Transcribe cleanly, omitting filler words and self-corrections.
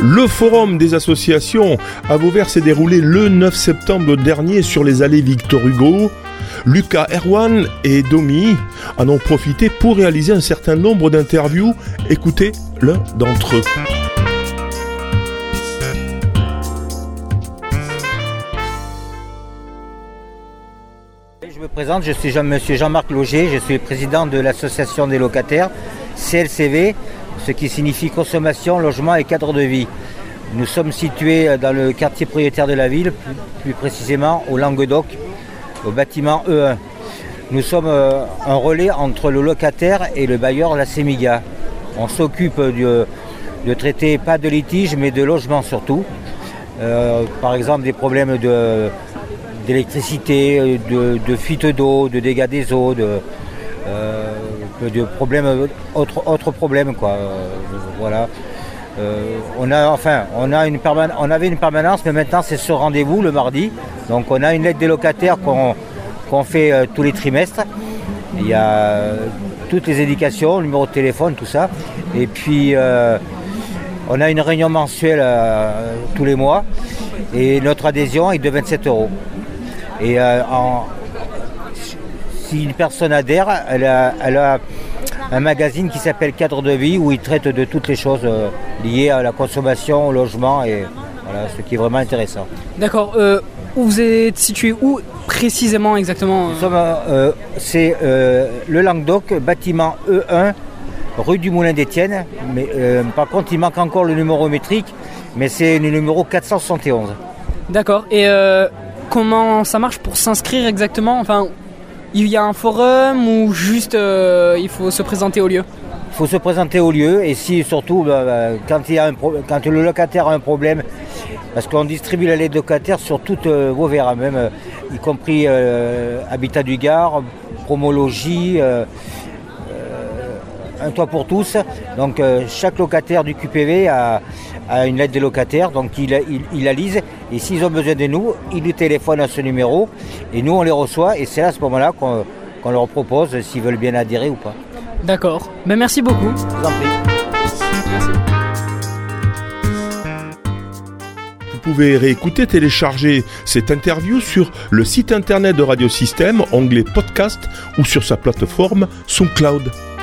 Le forum des associations à Vauvert s'est déroulé le 9 septembre dernier sur les allées Victor Hugo. Lucas, Erwan et Domi en ont profité pour réaliser un certain nombre d'interviews. Écoutez l'un d'entre eux. Je me présente, je suis monsieur Jean-Marc Loger, je suis le président de l'association des locataires, CLCV, ce qui signifie consommation, logement et cadre de vie. Nous sommes situés dans le quartier prioritaire de la ville, plus précisément au Languedoc, au bâtiment E1. Nous sommes un relais entre le locataire et le bailleur, la Semiga. On s'occupe de traiter pas de litige mais de logement surtout. Par exemple des problèmes d'électricité, de fuite d'eau, de dégâts des eaux, de problèmes, autres problèmes quoi. Voilà. On avait une permanence, mais maintenant c'est ce rendez-vous le mardi. Donc on a une lettre des locataires qu'on fait tous les trimestres. Il y a toutes les indications, le numéro de téléphone, tout ça. Et puis on a une réunion mensuelle tous les mois. Et notre adhésion est de 27 €. Et si une personne adhère, elle a un magazine qui s'appelle Cadre de vie où il traite de toutes les choses liées à la consommation, au logement et voilà, ce qui est vraiment intéressant. D'accord. Où vous êtes situé où précisément exactement C'est le Languedoc, bâtiment E1, rue du Moulin d'Étienne. Mais par contre, il manque encore le numéro métrique, mais c'est le numéro 471. D'accord. Et comment ça marche pour s'inscrire exactement ? Enfin, il y a un forum ou juste il faut se présenter au lieu ? Il faut se présenter au lieu et si surtout quand le locataire a un problème, parce qu'on distribue la lettre locataire sur toute Vauvert, même y compris Habitat du Gard, Promologie, Un toit pour tous. Donc chaque locataire du QPV a une lettre des locataires, donc ils la lisent et s'ils ont besoin de nous, ils nous téléphonent à ce numéro et nous on les reçoit et c'est à ce moment-là qu'on leur propose s'ils veulent bien adhérer ou pas. D'accord, merci beaucoup. Je vous en prie. Merci. Vous pouvez réécouter, télécharger cette interview sur le site internet de Radio Système, onglet podcast ou sur sa plateforme SoundCloud.